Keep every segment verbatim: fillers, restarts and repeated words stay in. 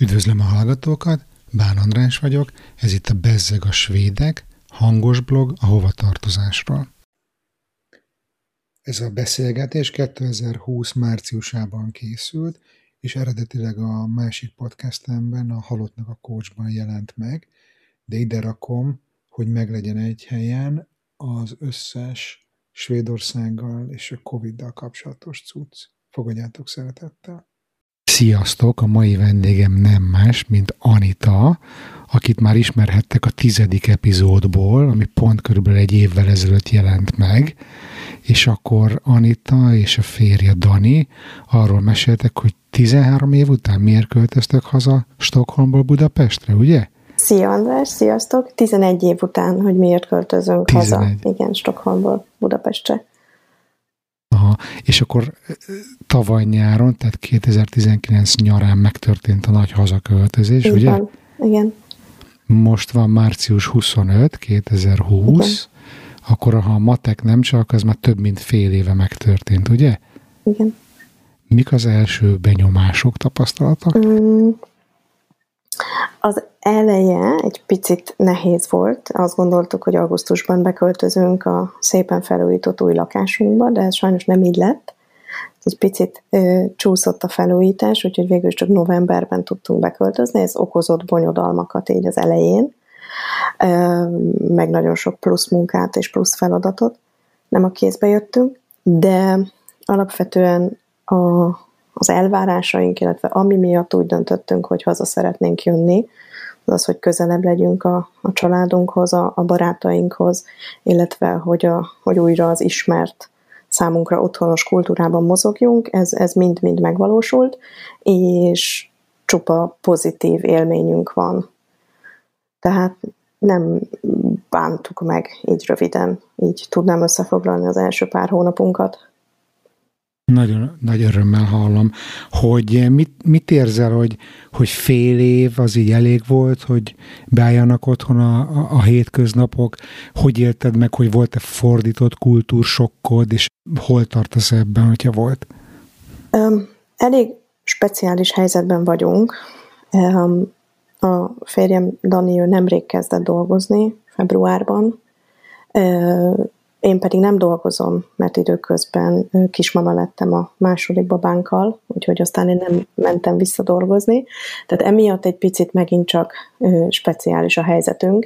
Üdvözlöm a hallgatókat, Bán András vagyok, ez itt a Bezzeg a svédek, hangos blog a hovatartozásról. Ez a beszélgetés kétezer-húsz márciusában készült, és eredetileg a másik podcastemben, a Halottnak a Coachban jelent meg, de ide rakom, hogy meglegyen egy helyen az összes Svédországgal és a Coviddal kapcsolatos cucc. Fogadjátok szeretettel! Sziasztok! A mai vendégem nem más, mint Anita, akit már ismerhettek a tizedik epizódból, ami pont körülbelül egy évvel ezelőtt jelent meg, és akkor Anita és a férje Dani arról meséltek, hogy tizenhárom év után miért költöztök haza Stockholmból Budapestre, ugye? Szia András, sziasztok! tizenegy év után, hogy miért költözünk tizenegy haza. Igen, Stockholmból Budapestre. Aha, és akkor tavaly nyáron, tehát kétezer-tizenkilenc nyarán megtörtént a nagy hazaköltözés, így ugye? Van. Igen. Most van március huszonötödike, kétezer-húsz, igen. Akkor ha a matek nem csak, az már több mint fél éve megtörtént, ugye? Igen. Mik az első benyomások, tapasztalatok? Mm. Az eleje egy picit nehéz volt. Azt gondoltuk, hogy augusztusban beköltözünk a szépen felújított új lakásunkba, de ez sajnos nem így lett. Egy picit ö, csúszott a felújítás, úgyhogy végül csak novemberben tudtunk beköltözni. Ez okozott bonyodalmakat így az elején, ö, meg nagyon sok plusz munkát és plusz feladatot. Nem a kézbe jöttünk, de alapvetően a az elvárásaink, illetve ami miatt úgy döntöttünk, hogy haza szeretnénk jönni, az az, hogy közelebb legyünk a, a családunkhoz, a, a barátainkhoz, illetve hogy, a, hogy újra az ismert, számunkra otthonos kultúrában mozogjunk, ez, ez mind-mind megvalósult, és csupa pozitív élményünk van. Tehát nem bántuk meg így röviden, így tudnám összefoglalni az első pár hónapunkat. Nagyon nagy örömmel hallom, hogy mit, mit érzel, hogy, hogy fél év az így elég volt, hogy beálljanak otthon a, a, a hétköznapok, hogy élted meg, hogy volt-e fordított kultúrsokkod, és hol tartasz ebben, hogyha volt? Um, elég speciális helyzetben vagyunk. Um, a férjem Dani, ő nemrég kezdett dolgozni, februárban, uh, én pedig nem dolgozom, mert időközben kismama lettem a második babánkkal, úgyhogy aztán én nem mentem vissza dolgozni. Tehát emiatt egy picit megint csak ö, speciális a helyzetünk.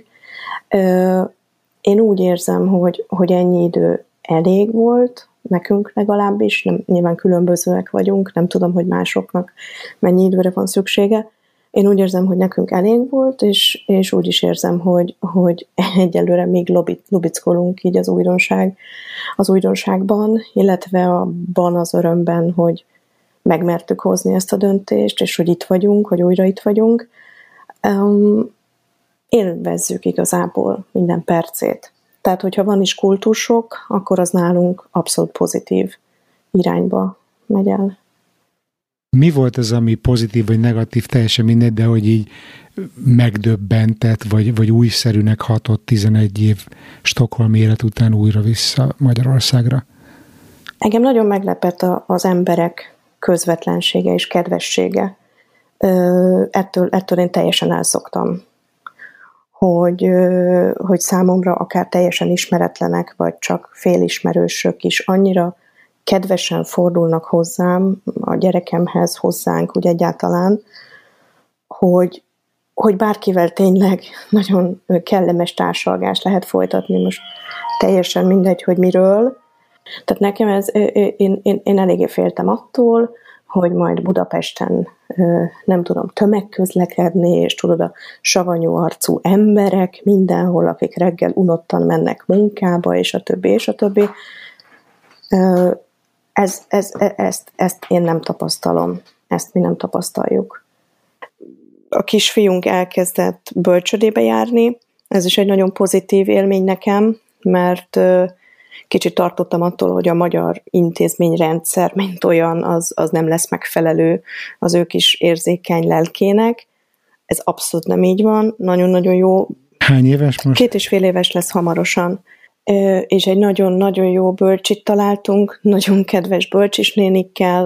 Ö, én úgy érzem, hogy, hogy ennyi idő elég volt, nekünk legalábbis, nem, nyilván különbözőek vagyunk, nem tudom, hogy másoknak mennyi időre van szüksége. Én úgy érzem, hogy nekünk elég volt, és, és úgy is érzem, hogy, hogy egyelőre még lubickolunk így az újdonság, az újdonságban, illetve abban az örömben, hogy megmertük hozni ezt a döntést, és hogy itt vagyunk, hogy újra itt vagyunk. Um, élvezzük igazából minden percét. Tehát, hogyha van is kultúrsok, akkor az nálunk abszolút pozitív irányba megy el. Mi volt az, ami pozitív vagy negatív, teljesen mindegy, de hogy így megdöbbentett, vagy, vagy újszerűnek hatott tizenegy év Stockholm élet után újra vissza Magyarországra? Engem nagyon meglepett az emberek közvetlensége és kedvessége. Ettől, ettől én teljesen elszoktam. Hogy, hogy számomra akár teljesen ismeretlenek, vagy csak félismerősök is annyira kedvesen fordulnak hozzám, a gyerekemhez, hozzánk úgy egyáltalán, hogy, hogy bárkivel tényleg nagyon kellemes társalgást lehet folytatni, most teljesen mindegy, hogy miről. Tehát nekem ez, én, én, én eléggé féltem attól, hogy majd Budapesten nem tudom tömegközlekedni, és tudod, a savanyú arcú emberek mindenhol, akik reggel unottan mennek munkába, és a többi, és a többi. Ez, ez, ezt, ezt én nem tapasztalom, ezt mi nem tapasztaljuk. A kisfiunk elkezdett bölcsödébe járni, ez is egy nagyon pozitív élmény nekem, mert kicsit tartottam attól, hogy a magyar intézményrendszer, mint olyan, az, az nem lesz megfelelő az ő kis érzékeny lelkének. Ez abszolút nem így van, nagyon-nagyon jó. Hány éves most? Két és fél éves lesz hamarosan. És egy nagyon-nagyon jó bölcsit találtunk, nagyon kedves bölcsisnénikkel,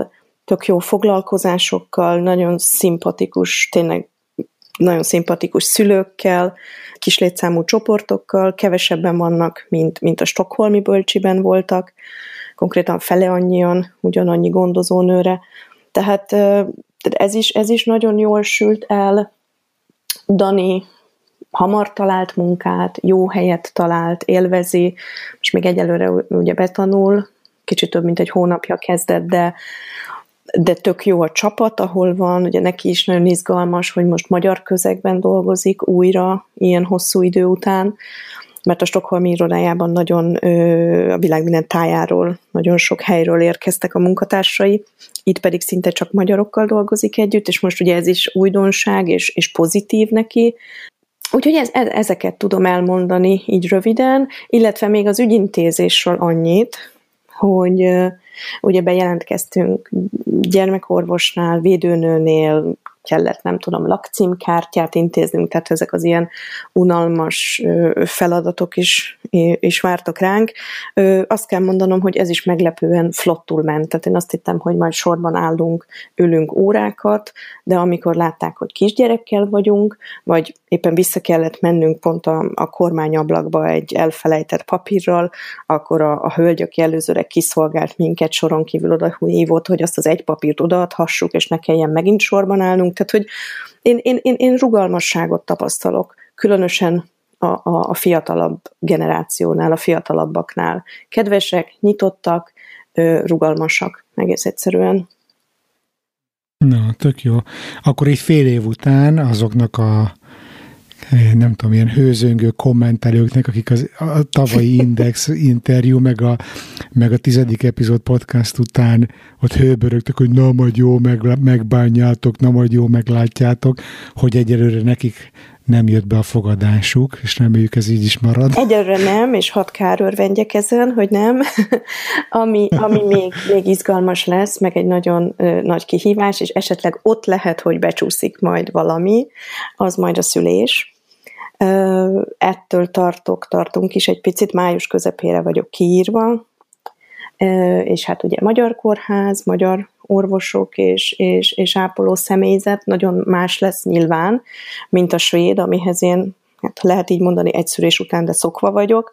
tök jó foglalkozásokkal, nagyon szimpatikus, tényleg nagyon szimpatikus szülőkkel, kis létszámú csoportokkal, kevesebben vannak, mint, mint a stockholmi bölcsiben voltak, konkrétan fele annyian, ugyanannyi gondozónőre. Tehát ez is, ez is nagyon jól sült el. Dani hamar talált munkát, jó helyet talált, élvezi, és még egyelőre ugye betanul, kicsit több mint egy hónapja kezdett, de, de tök jó a csapat, ahol van, ugye neki is nagyon izgalmas, hogy most magyar közegben dolgozik újra, ilyen hosszú idő után, mert a stockholmi irodájában nagyon a világ minden tájáról, nagyon sok helyről érkeztek a munkatársai, itt pedig szinte csak magyarokkal dolgozik együtt, és most ugye ez is újdonság, és, és pozitív neki. Úgyhogy ez, ezeket tudom elmondani így röviden, illetve még az ügyintézésről annyit, hogy ugye bejelentkeztünk gyermekorvosnál, védőnőnél, kellett, nem tudom, lakcímkártyát intéznünk, tehát ezek az ilyen unalmas feladatok is, is vártak ránk. Azt kell mondanom, hogy ez is meglepően flottul ment, tehát én azt hittem, hogy majd sorban állunk, ülünk órákat, de amikor látták, hogy kisgyerekkel vagyunk, vagy éppen vissza kellett mennünk pont a, a kormányablakba egy elfelejtett papírral, akkor a, a hölgy, aki előzőre kiszolgált minket, soron kívül oda hívott, hogy azt az egy papírt odaadhassuk, és ne kelljen megint sorban állnunk. Tehát, hogy én, én, én, én rugalmasságot tapasztalok, különösen a, a, a fiatalabb generációnál, a fiatalabbaknál. Kedvesek, nyitottak, rugalmasak, egész egyszerűen. Na, tök jó. Akkor így fél év után azoknak a nem tudom, ilyen hőzöngő kommentelőknek, akik az, a tavalyi Index interjú, meg a, meg a tizedik epizód podcast után ott hőbörögtek, hogy na majd jó meg, megbánjátok, na majd jó meglátjátok, hogy egyelőre nekik nem jött be a fogadásuk, és reméljük ez így is marad. Egyelőre nem, és hat kár örvendjek ezen, hogy nem. ami ami még, még izgalmas lesz, meg egy nagyon ö, nagy kihívás, és esetleg ott lehet, hogy becsúszik majd valami, az majd a szülés. Ö, ettől tartok, tartunk is egy picit, május közepére vagyok kiírva, ö, és hát ugye magyar kórház, magyar orvosok és, és, és ápoló személyzet nagyon más lesz nyilván, mint a svéd, amihez én, hát lehet így mondani, egy szülés után, de szokva vagyok.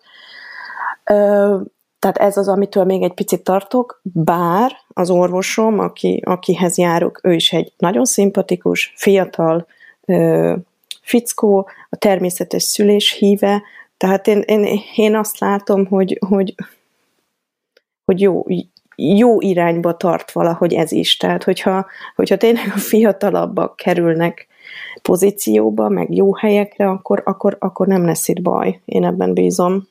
Ö, tehát ez az, amitől még egy picit tartok, bár az orvosom, aki, akihez járok, ő is egy nagyon szimpatikus, fiatal ö, fickó, a természetes szülés híve, tehát én, én, én azt látom, hogy, hogy, hogy jó, jó irányba tart valahogy ez is. Tehát, hogyha, hogyha tényleg a fiatalabbak kerülnek pozícióba, meg jó helyekre, akkor, akkor, akkor nem lesz itt baj. Én ebben bízom.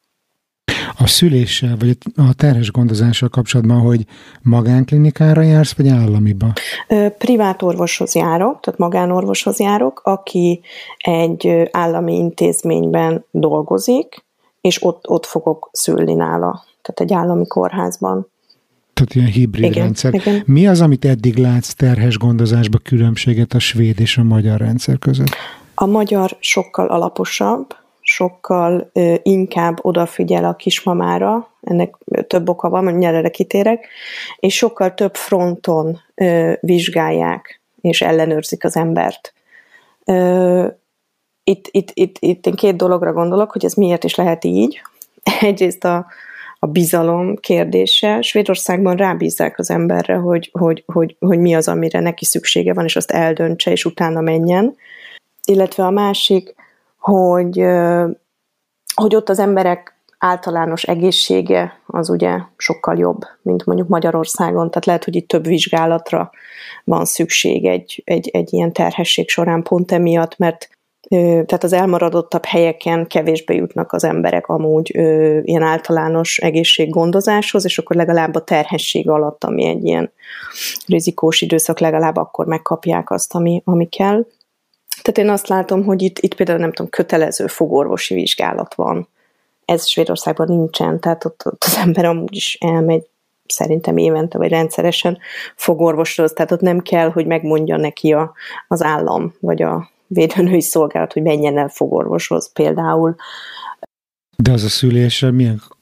A szüléssel, vagy a terhes gondozással kapcsolatban, hogy magánklinikára jársz, vagy államiba? Privát orvoshoz járok, tehát magánorvoshoz járok, aki egy állami intézményben dolgozik, és ott, ott fogok szülni nála, tehát egy állami kórházban. Tehát ilyen hibrid igen, rendszer. Igen. Mi az, amit eddig látsz terhes gondozásban különbséget a svéd és a magyar rendszer között? A magyar sokkal alaposabb, sokkal ö, inkább odafigyel a kismamára, ennek több oka van, mindjárt erre kitérek, és sokkal több fronton ö, vizsgálják és ellenőrzik az embert. Ö, itt, itt, itt, itt én két dologra gondolok, hogy ez miért is lehet így. Egyrészt a, a bizalom kérdése. Svédországban rábízzák az emberre, hogy, hogy, hogy, hogy mi az, amire neki szüksége van, és azt eldöntse, és utána menjen. Illetve a másik, hogy, hogy ott az emberek általános egészsége az ugye sokkal jobb, mint mondjuk Magyarországon. Tehát lehet, hogy itt több vizsgálatra van szükség egy, egy, egy ilyen terhesség során pont emiatt, mert tehát az elmaradottabb helyeken kevésbé jutnak az emberek amúgy ö, ilyen általános egészséggondozáshoz, és akkor legalább a terhesség alatt, ami egy ilyen rizikós időszak, legalább akkor megkapják azt, ami, ami kell. Tehát én azt látom, hogy itt, itt például nem tudom, kötelező fogorvosi vizsgálat van. Ez Svédországban nincsen, tehát ott, ott az ember amúgy is elmegy szerintem évente, vagy rendszeresen fogorvoshoz, tehát ott nem kell, hogy megmondja neki a, az állam, vagy a védőnői szolgálat, hogy menjen el fogorvoshoz például. De az a szüléssel milyen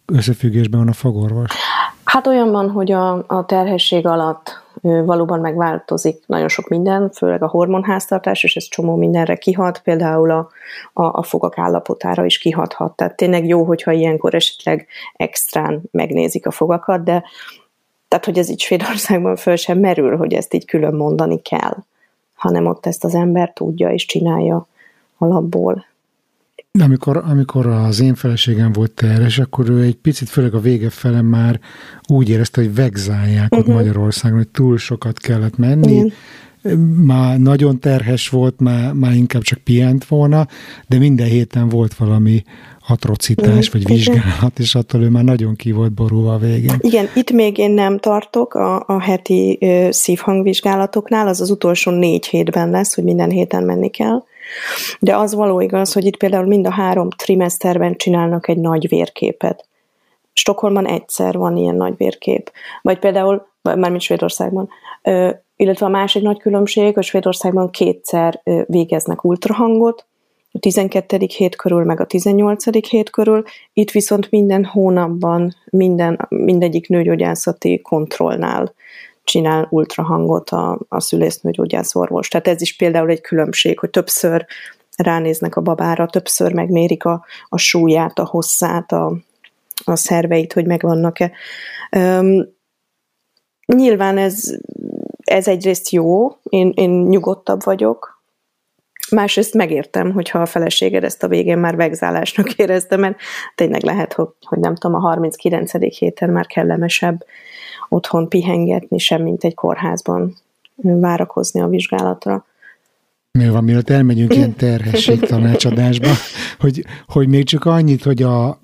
összefüggésben van a fogorvos? Hát olyan van, hogy a, a terhesség alatt valóban megváltozik nagyon sok minden, főleg a hormonháztartás, és ez csomó mindenre kihat, például a, a, a fogak állapotára is kihathat. Tehát tényleg jó, hogyha ilyenkor esetleg extrán megnézik a fogakat, de tehát, hogy ez így Svédországban föl sem merül, hogy ezt így külön mondani kell, hanem ott ezt az ember tudja és csinálja alapból. Amikor, amikor az én feleségem volt terhes, akkor ő egy picit, főleg a vége fele már úgy érezte, hogy vegzálják uh-huh. ott Magyarországon, hogy túl sokat kellett menni. Igen. Már nagyon terhes volt, már, már inkább csak pihent volna, de minden héten volt valami atrocitás, vagy vizsgálat, és attól ő már nagyon ki volt borulva a végén. Igen, itt még én nem tartok a, a heti ö, szívhangvizsgálatoknál, az az utolsó négy hétben lesz, hogy minden héten menni kell. De az való igaz, hogy itt például mind a három trimeszterben csinálnak egy nagy vérképet. Stockholmban egyszer van ilyen nagy vérkép. Vagy például, mármint Svédországban, ö, illetve a másik nagy különbség, hogy Svédországban kétszer ö, végeznek ultrahangot, a tizenkettedik hét körül, meg a tizennyolcadik hét körül, itt viszont minden hónapban minden, mindegyik nőgyógyászati kontrollnál csinál ultrahangot a, a szülésznőgyógyász orvos. Tehát ez is például egy különbség, hogy többször ránéznek a babára, többször megmérik a, a súlyát, a hosszát, a, a szerveit, hogy megvannak-e. Um, nyilván ez, ez egyrészt jó, én, én nyugodtabb vagyok, másrészt megértem, hogyha a feleséged ezt a végén már vegzálásnak érezte, mert tényleg lehet, hogy, hogy nem tudom, a harminckilencedik héten már kellemesebb otthon pihengetni, sem mint egy kórházban várakozni a vizsgálatra. Mi van, mielőtt elmegyünk ilyen terhesség tanácsadásba, hogy, hogy még csak annyit, hogy a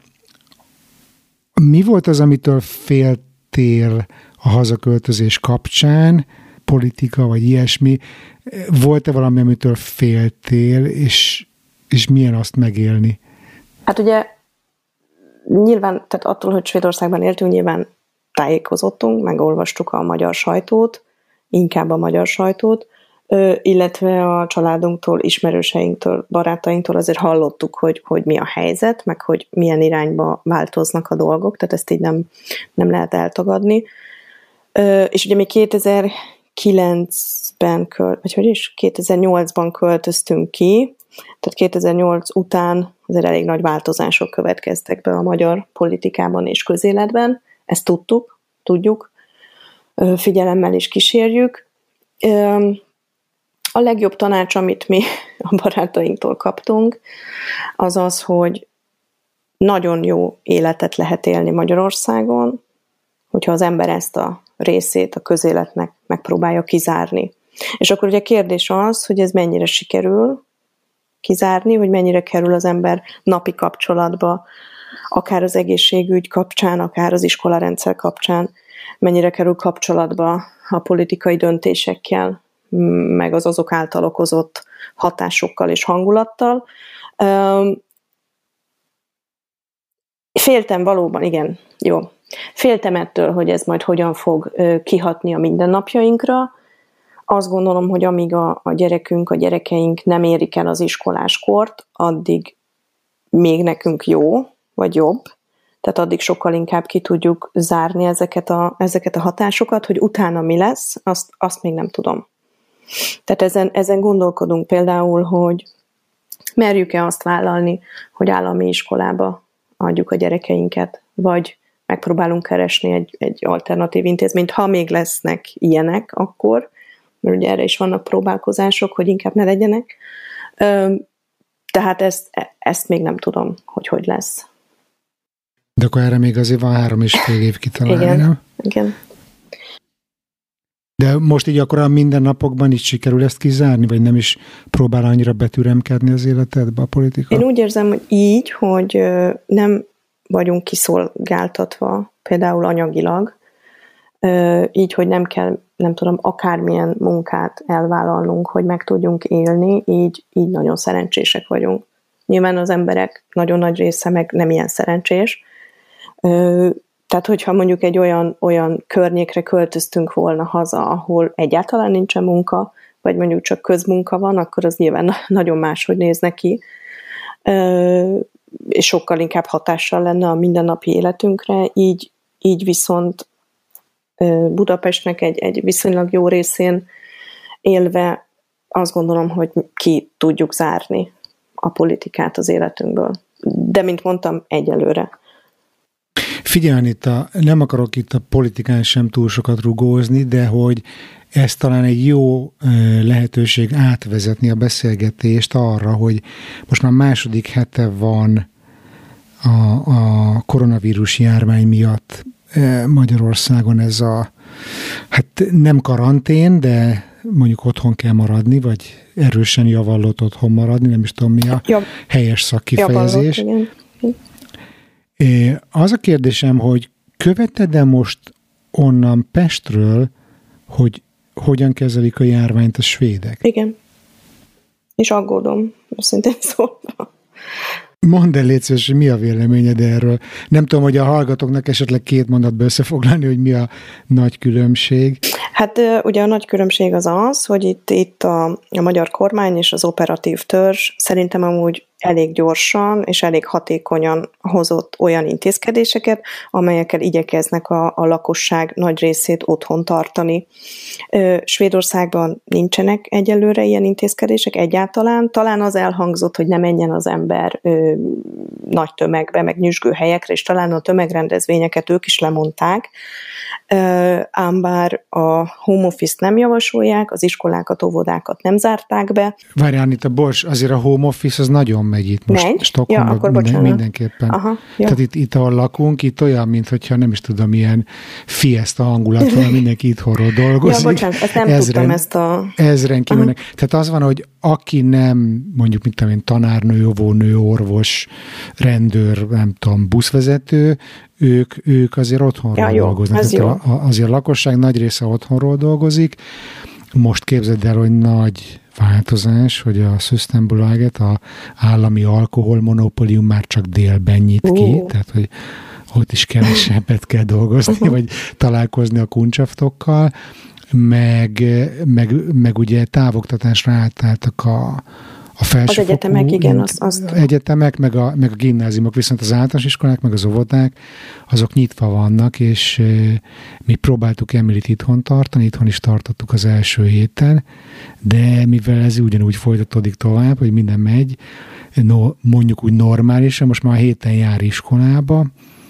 mi volt az, amitől féltél a hazaköltözés kapcsán, politika, vagy ilyesmi, volt-e valami, amitől féltél, és, és milyen azt megélni? Hát ugye nyilván, tehát attól, hogy Svédországban éltünk, nyilván tájékozottunk, megolvastuk a magyar sajtót, inkább a magyar sajtót, illetve a családunktól, ismerőseinktől, barátainktól azért hallottuk, hogy, hogy mi a helyzet, meg hogy milyen irányba változnak a dolgok, tehát ezt így nem, nem lehet eltagadni. És ugye mi kétezer-kilencben, vagy hogy is, kétezer-nyolcban költöztünk ki, tehát kétezer-nyolc után azért elég nagy változások következtek be a magyar politikában és közéletben, ezt tudtuk, tudjuk, figyelemmel is kísérjük. A legjobb tanács, amit mi a barátainktól kaptunk, az az, hogy nagyon jó életet lehet élni Magyarországon, hogyha az ember ezt a részét a közéletnek megpróbálja kizárni. És akkor ugye a kérdés az, hogy ez mennyire sikerül kizárni, hogy mennyire kerül az ember napi kapcsolatba, akár az egészségügy kapcsán, akár az iskolarendszer kapcsán, mennyire kerül kapcsolatba a politikai döntésekkel, meg az azok által okozott hatásokkal és hangulattal. Féltem valóban, igen, jó. Féltem ettől, hogy ez majd hogyan fog kihatni a mindennapjainkra. Azt gondolom, hogy amíg a, a gyerekünk, a gyerekeink nem érik el az iskoláskort, addig még nekünk jó, vagy jobb. Tehát addig sokkal inkább ki tudjuk zárni ezeket a, ezeket a hatásokat, hogy utána mi lesz, azt, azt még nem tudom. Tehát ezen, ezen gondolkodunk például, hogy merjük-e azt vállalni, hogy állami iskolába adjuk a gyerekeinket, vagy megpróbálunk keresni egy, egy alternatív intézményt, ha még lesznek ilyenek, akkor, mert ugye erre is vannak próbálkozások, hogy inkább ne legyenek. Tehát ezt, ezt még nem tudom, hogy hogy lesz. De akkor erre még azért van három és fél év kitalálni, igen, nem? Igen. De most így akkor a mindennapokban is sikerül ezt kizárni, vagy nem is próbál annyira betüremkedni az életedbe a politika? Én úgy érzem, hogy így, hogy nem vagyunk kiszolgáltatva, például anyagilag, így, hogy nem kell, nem tudom, akármilyen munkát elvállalnunk, hogy meg tudjunk élni, így, így nagyon szerencsések vagyunk. Nyilván az emberek nagyon nagy része meg nem ilyen szerencsés. Tehát, hogyha mondjuk egy olyan, olyan környékre költöztünk volna haza, ahol egyáltalán nincsen munka, vagy mondjuk csak közmunka van, akkor az nyilván nagyon máshogy néz neki. és sokkal inkább hatással lenne a mindennapi életünkre, így, így viszont Budapestnek egy, egy viszonylag jó részén élve azt gondolom, hogy ki tudjuk zárni a politikát az életünkből. De, mint mondtam, egyelőre. Figyelj, Anita, nem akarok itt a politikán sem túl sokat rugózni, de hogy ez talán egy jó lehetőség átvezetni a beszélgetést arra, hogy most már második hete van a, a koronavírus járvány miatt Magyarországon ez a, hát nem karantén, de mondjuk otthon kell maradni, vagy erősen javallott otthon maradni, nem is tudom mi a Jav, helyes szakkifejezés. Javallott, igen. Az a kérdésem, hogy követed-e most onnan Pestről, hogy hogyan kezelik a járványt a svédek? Igen. És aggódom, szintén szólva. Mondd el, légy szíves, hogy mi a véleményed erről. Nem tudom, hogy a hallgatóknak esetleg két mondatba összefoglalni, hogy mi a nagy különbség. Hát ugye a nagy különbség az az, hogy itt, itt a, a magyar kormány és az operatív törzs szerintem amúgy elég gyorsan és elég hatékonyan hozott olyan intézkedéseket, amelyekkel igyekeznek a, a lakosság nagy részét otthon tartani. Svédországban nincsenek egyelőre ilyen intézkedések egyáltalán. Talán az elhangzott, hogy ne menjen az ember ö, nagy tömegbe, meg nyüzsgő helyekre, és talán a tömegrendezvényeket ők is lemondták. Ö, ám bár a home office-t nem javasolják, az iskolákat, óvodákat nem zárták be. Várjál, Anita, bocs, azért a home office az nagyon megy itt most. Megy? Stockholmban Ja, minden, mindenképpen. Aha, Tehát itt, itt, ahol lakunk, itt olyan, mintha nem is tudom, ilyen fiesta hangulat van, mindenki itthonról dolgozik. Ja, bocsánat, ezt nem ezren, tudtam ezt a... Ezren kimennek. Tehát az van, hogy aki nem, mondjuk, mint tudom én, tanárnő, óvónő, orvos, rendőr, nem tudom, buszvezető, ők, ők azért otthonról ja, jó, dolgoznak. Tehát a, azért a lakosság nagy része otthonról dolgozik. Most képzeld el, hogy nagy változás, hogy a Systembolaget, a állami alkoholmonopólium már csak délben nyit ki, uh. tehát hogy ott is kevesebbet kell dolgozni, uh-huh. vagy találkozni a kuncsaftokkal, meg, meg, meg ugye távoktatásra átálltak a a felsőfokú az egyetemek, igen, azt, azt... egyetemek, meg a, meg a gimnáziumok, viszont az általános iskolák, meg az óvodák, azok nyitva vannak, és e, mi próbáltuk Emilit itthon tartani, itthon is tartottuk az első héten, de mivel ez ugyanúgy folytatódik tovább, hogy minden megy, no, mondjuk úgy normálisan, most már a héten jár iskolába,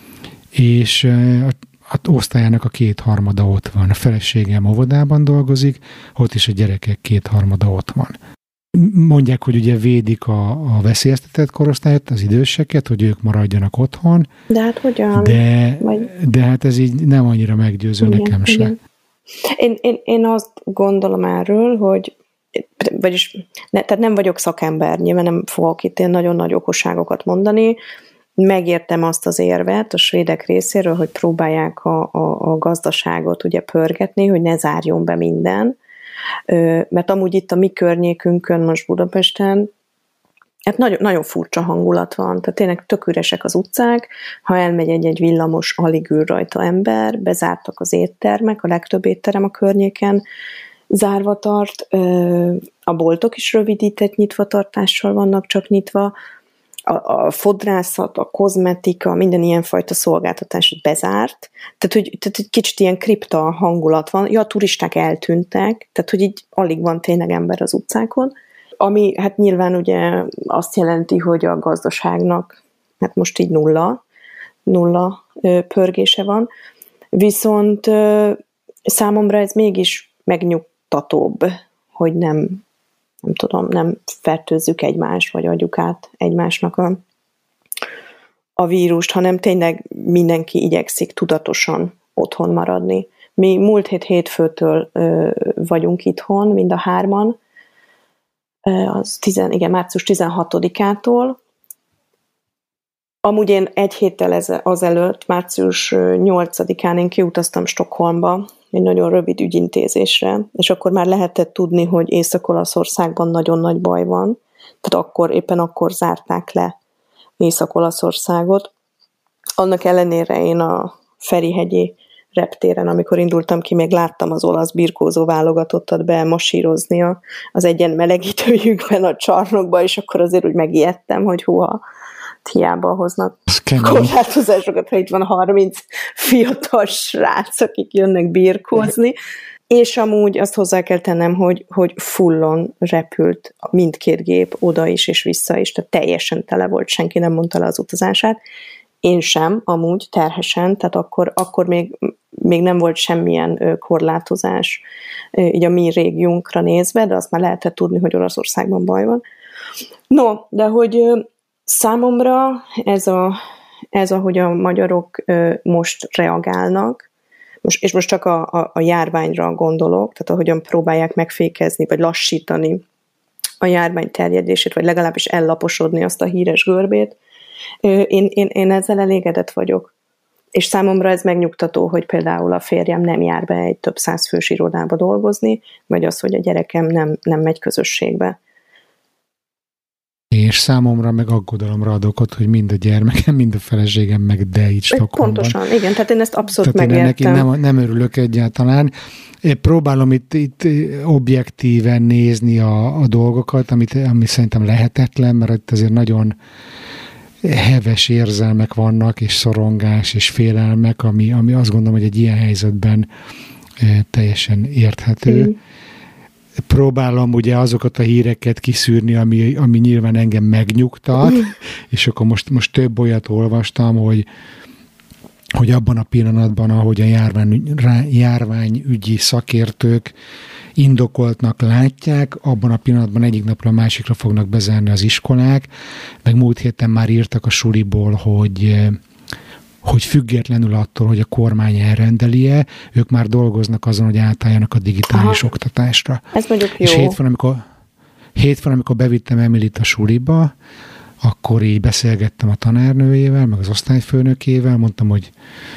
és e, a a osztályának a kétharmada ott van. A feleségem óvodában dolgozik, ott is a gyerekek kétharmada ott van. Mondják, hogy ugye védik a, a veszélyeztetett korosztályt, az időseket, hogy ők maradjanak otthon. De hát hogyan? De, Vagy... de hát ez így nem annyira meggyőző, igen, nekem se. Én, én, én azt gondolom erről, hogy vagyis, ne, tehát nem vagyok szakember, nyilván nem fogok itt ilyen nagyon nagy okosságokat mondani. Megértem azt az érvet a svédek részéről, hogy próbálják a, a, a gazdaságot ugye pörgetni, hogy ne zárjon be minden. Mert amúgy itt a mi környékünkön, most Budapesten, hát nagyon, nagyon furcsa hangulat van, tehát tényleg tök üresek az utcák, ha elmegy egy-egy villamos, alig ül rajta ember, bezártak az éttermek, a legtöbb étterem a környéken zárva tart, a boltok is rövidített nyitvatartással vannak csak nyitva, a, a fodrászat, a kozmetika, minden ilyenfajta szolgáltatás bezárt, tehát hogy, tehát egy kicsit ilyen kripta hangulat van, ja, a turisták eltűntek, tehát hogy így alig van tényleg ember az utcákon, ami hát nyilván ugye azt jelenti, hogy a gazdaságnak hát most így nulla, nulla ö, pörgése van, viszont ö, számomra ez mégis megnyugtatóbb, hogy nem nem tudom, nem fertőzzük egymást, vagy adjuk át egymásnak a, a vírust, hanem tényleg mindenki igyekszik tudatosan otthon maradni. Mi múlt hét hétfőtől ö, vagyunk itthon, mind a hárman, az tizen, igen, március tizenhatodikától. Amúgy én egy héttel azelőtt, március nyolcadikán én kiutaztam Stockholmba, egy nagyon rövid ügyintézésre, és akkor már lehetett tudni, hogy Észak-Olaszországban nagyon nagy baj van, tehát akkor, éppen akkor zárták le Észak-Olaszországot. Annak ellenére én a Ferihegyi reptéren, amikor indultam ki, még láttam az olasz birkózó válogatottat bemasírozni az egyen melegítőjükben a csarnokba, és akkor azért úgy megijedtem, hogy húha, hiába hoznak korlátozásokat, ha itt van harminc fiatal srác, akik jönnek birkózni. És amúgy azt hozzá kell tennem, hogy, hogy fullon repült mindkét gép oda is és vissza is, tehát teljesen tele volt, senki nem mondta le az utazását. Én sem, amúgy terhesen, tehát akkor, akkor még, még nem volt semmilyen korlátozás így a mi régiónkra nézve, de azt már lehetett tudni, hogy Olaszországban baj van. No, de hogy számomra ez, a, ez ahogy a magyarok most reagálnak, most, és most csak a, a, a járványra gondolok, tehát ahogyan próbálják megfékezni, vagy lassítani a járvány terjedését, vagy legalábbis ellaposodni azt a híres görbét, én, én, én ezzel elégedett vagyok. És számomra ez megnyugtató, hogy például a férjem nem jár be egy több száz fős irodába dolgozni, vagy az, hogy a gyerekem nem, nem megy közösségbe. És számomra meg aggodalomra ad okot, hogy mind a gyermekem, mind a feleségem meg de itt Stockholmban. Pontosan, igen, tehát én ezt abszolút tehát megértem. Én nem, nem örülök egyáltalán. Én próbálom itt, itt objektíven nézni a, a dolgokat, amit, ami szerintem lehetetlen, mert itt azért nagyon heves érzelmek vannak, és szorongás, és félelmek, ami, ami azt gondolom, hogy egy ilyen helyzetben teljesen érthető. Mm. Próbálom ugye azokat a híreket kiszűrni, ami, ami nyilván engem megnyugtat, mm. és akkor most, most több olyat olvastam, hogy, hogy abban a pillanatban, ahogy a járvány, járványügyi szakértők indokoltnak látják, abban a pillanatban egyik napra a másikra fognak bezárni az iskolák, meg múlt héten már írtak a suliból, hogy hogy függetlenül attól, hogy a kormány elrendeli-e, ők már dolgoznak azon, hogy átálljanak a digitális Aha. oktatásra. Ez mondjuk jó. És hétfőn, amikor, hétfőn, amikor bevittem Emilit a suliba, akkor így beszélgettem a tanárnőjével, meg az osztályfőnökével, mondtam, hogy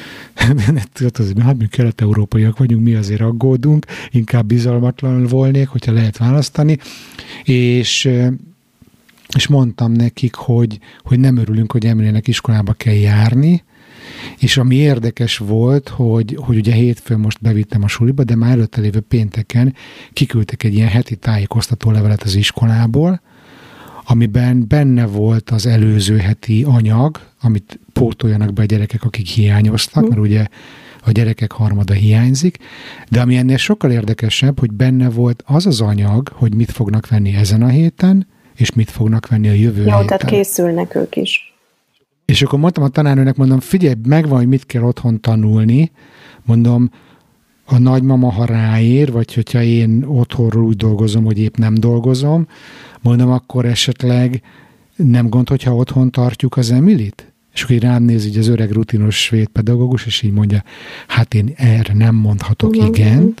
hát mi kelet-európaiak vagyunk, mi azért aggódunk, inkább bizalmatlan volnék, hogyha lehet választani, és, és mondtam nekik, hogy, hogy nem örülünk, hogy Emilének iskolába kell járni, és ami érdekes volt, hogy, hogy ugye hétfőn most bevittem a suliba, de már előtte lévő pénteken kiküldtek egy ilyen heti tájékoztató levelet az iskolából, amiben benne volt az előző heti anyag, amit pótoljanak be a gyerekek, akik hiányoztak, mert ugye a gyerekek harmada hiányzik, de ami ennél sokkal érdekesebb, hogy benne volt az az anyag, hogy mit fognak venni ezen a héten, és mit fognak venni a jövő Jó, héten. tehát készülnek ők is. És akkor mondtam a tanárnőnek, mondom, figyelj, megvan, hogy mit kell otthon tanulni, mondom, a nagymama, ha ráér, vagy hogyha én otthonról úgy dolgozom, hogy épp nem dolgozom, mondom, akkor esetleg nem gond, hogyha otthon tartjuk az Emilit? És akkor így rám néz így az öreg rutinos svéd pedagógus, és így mondja, hát én erre nem mondhatok uh-huh. igent,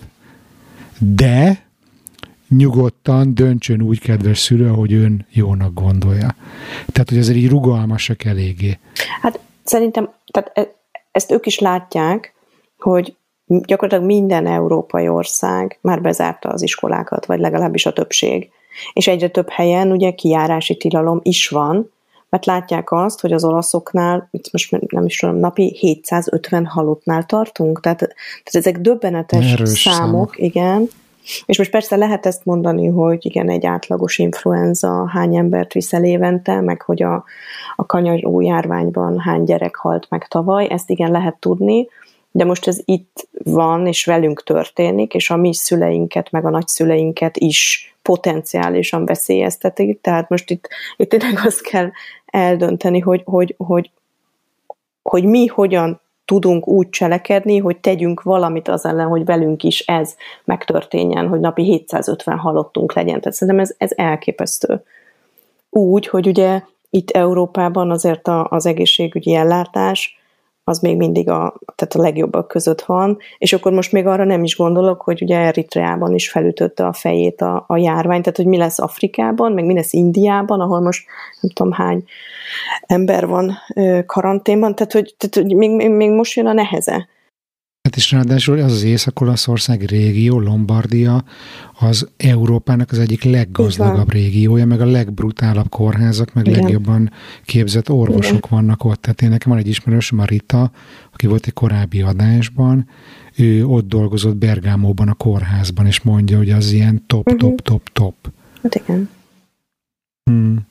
de nyugodtan döntsön úgy, kedves szülő, ahogy ön jónak gondolja. Tehát, hogy azért így rugalmasak eléggé. Hát szerintem, tehát ezt ők is látják, hogy gyakorlatilag minden európai ország már bezárta az iskolákat, vagy legalábbis a többség. És egyre több helyen ugye kijárási tilalom is van, mert látják azt, hogy az olaszoknál, most nem is tudom, napi hétszázötven halottnál tartunk, tehát, tehát ezek döbbenetes számok, számok, igen. És most persze lehet ezt mondani, hogy igen, egy átlagos influenza hány embert viszel évente, meg hogy a, a kanyaró járványban hány gyerek halt meg tavaly, ezt igen lehet tudni, de most ez itt van, és velünk történik, és a mi szüleinket, meg a nagyszüleinket is potenciálisan veszélyezteti. Tehát most itt, itt tényleg azt kell eldönteni, hogy, hogy, hogy, hogy mi hogyan tudunk úgy cselekedni, hogy tegyünk valamit az ellen, hogy velünk is ez megtörténjen, hogy napi hétszázötven halottunk legyen. Tehát szerintem ez, ez elképesztő. Úgy, hogy ugye itt Európában azért a, az egészségügyi ellátás az még mindig a, tehát a legjobbak között van, és akkor most még arra nem is gondolok, hogy ugye Eritreában is felütötte a fejét a, a járvány, tehát hogy mi lesz Afrikában, meg mi lesz Indiában, ahol most nem tudom hány ember van ö, karanténban, tehát hogy, tehát, hogy még, még, még most jön a neheze. Hát és ráadásul az az Észak-Olaszország régió, Lombardia, az Európának az egyik leggazdagabb régiója, meg a legbrutálabb kórházak, meg Igen. legjobban képzett orvosok Igen. vannak ott. Tehát én nekem van egy ismerősöm, a Rita, aki volt egy korábbi adásban, ő ott dolgozott Bergámóban a kórházban, és mondja, hogy az ilyen top, uh-huh. top, top, top. Hát igen. Hmm.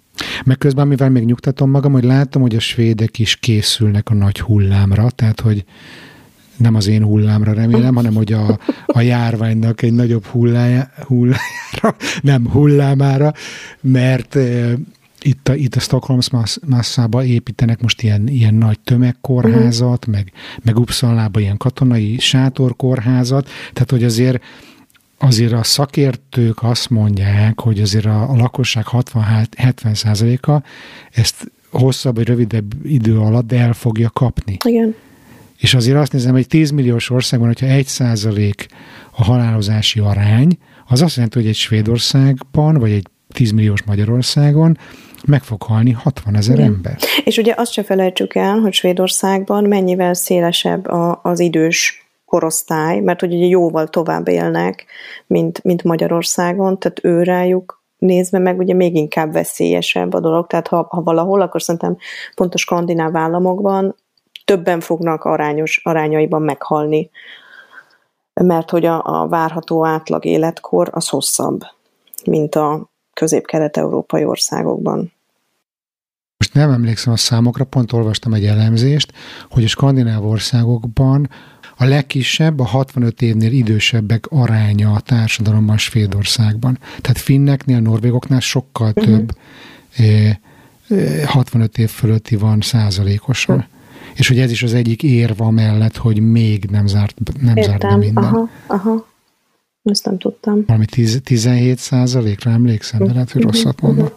Meg közben, mivel még nyugtatom magam, hogy látom, hogy a svédek is készülnek a nagy hullámra, tehát, hogy nem az én hullámra remélem, hanem hogy a, a járványnak egy nagyobb hullája, hullájára, nem hullámára, mert e, itt a, itt a Stockholm masszába építenek most ilyen, ilyen nagy tömegkórházat, uh-huh. meg, meg Uppsalába ilyen katonai sátorkórházat, tehát hogy azért azért a szakértők azt mondják, hogy azért a, a lakosság hatvan-hetven százaléka ezt hosszabb vagy rövidebb idő alatt el fogja kapni. Igen. És azért azt nézem, hogy tíz milliós országban, hogyha egy százalék a halálozási arány, az azt jelenti, hogy egy Svédországban, vagy egy tíz milliós Magyarországon meg fog halni hatvanezer ember. És ugye azt se felejtsük el, hogy Svédországban mennyivel szélesebb a, az idős korosztály, mert hogy ugye jóval tovább élnek, mint, mint Magyarországon, tehát őrájuk nézve meg ugye még inkább veszélyesebb a dolog, tehát ha, ha valahol, akkor szerintem pont a skandináv államokban többen fognak arányos arányaiban meghalni, mert hogy a, a várható átlag életkor az hosszabb, mint a közép-kelet-európai országokban. Most nem emlékszem a számokra, pont olvastam egy elemzést, hogy a skandináv országokban a legkisebb, a hatvanöt évnél idősebbek aránya a társadalomban Svédországban. Tehát finneknél, norvégoknál sokkal uh-huh. több eh, hatvanöt év fölötti van százalékosan. Uh-huh. És hogy ez is az egyik érv amellett, hogy még nem zárt, nem zárt be minden. Aha, aha. Ezt nem tudtam. Valami tizenhét százalékra emlékszem, de lehet, hogy rosszat mondom.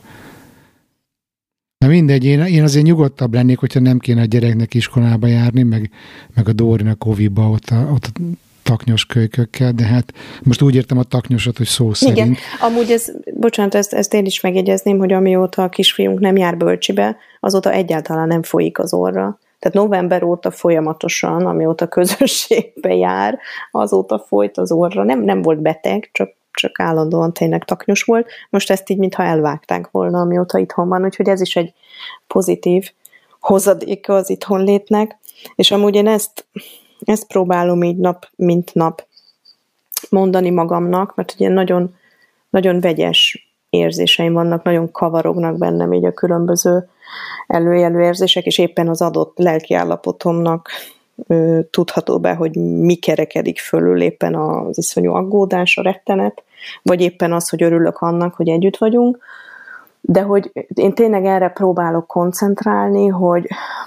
Na mindegy, én, én azért nyugodtabb lennék, hogyha nem kéne a gyereknek iskolába járni, meg, meg a Dórinak oviba ott a, ott a taknyos kölykökkel, de hát most úgy értem a taknyosot, hogy szó szerint. Igen, amúgy ez, bocsánat, ezt, ezt én is megjegyezném, hogy amióta a kisfiunk nem jár bölcsibe, azóta egyáltalán nem folyik az orra. Tehát november óta folyamatosan, amióta közösségbe jár, azóta folyt az orra. Nem, nem volt beteg, csak, csak állandóan tényleg taknyos volt. Most ezt így, mintha elvágták volna, amióta itthon van. Úgyhogy ez is egy pozitív hozadéka az itthon létnek. És amúgy én ezt, ezt próbálom így nap, mint nap mondani magamnak, mert ugye nagyon, nagyon vegyes érzéseim vannak, nagyon kavarognak bennem így a különböző előjelő érzések, és éppen az adott lelkiállapotomnak ö, tudható be, hogy mi kerekedik fölül, éppen az iszonyú aggódás, a rettenet, vagy éppen az, hogy örülök annak, hogy együtt vagyunk, de hogy én tényleg erre próbálok koncentrálni, hogy,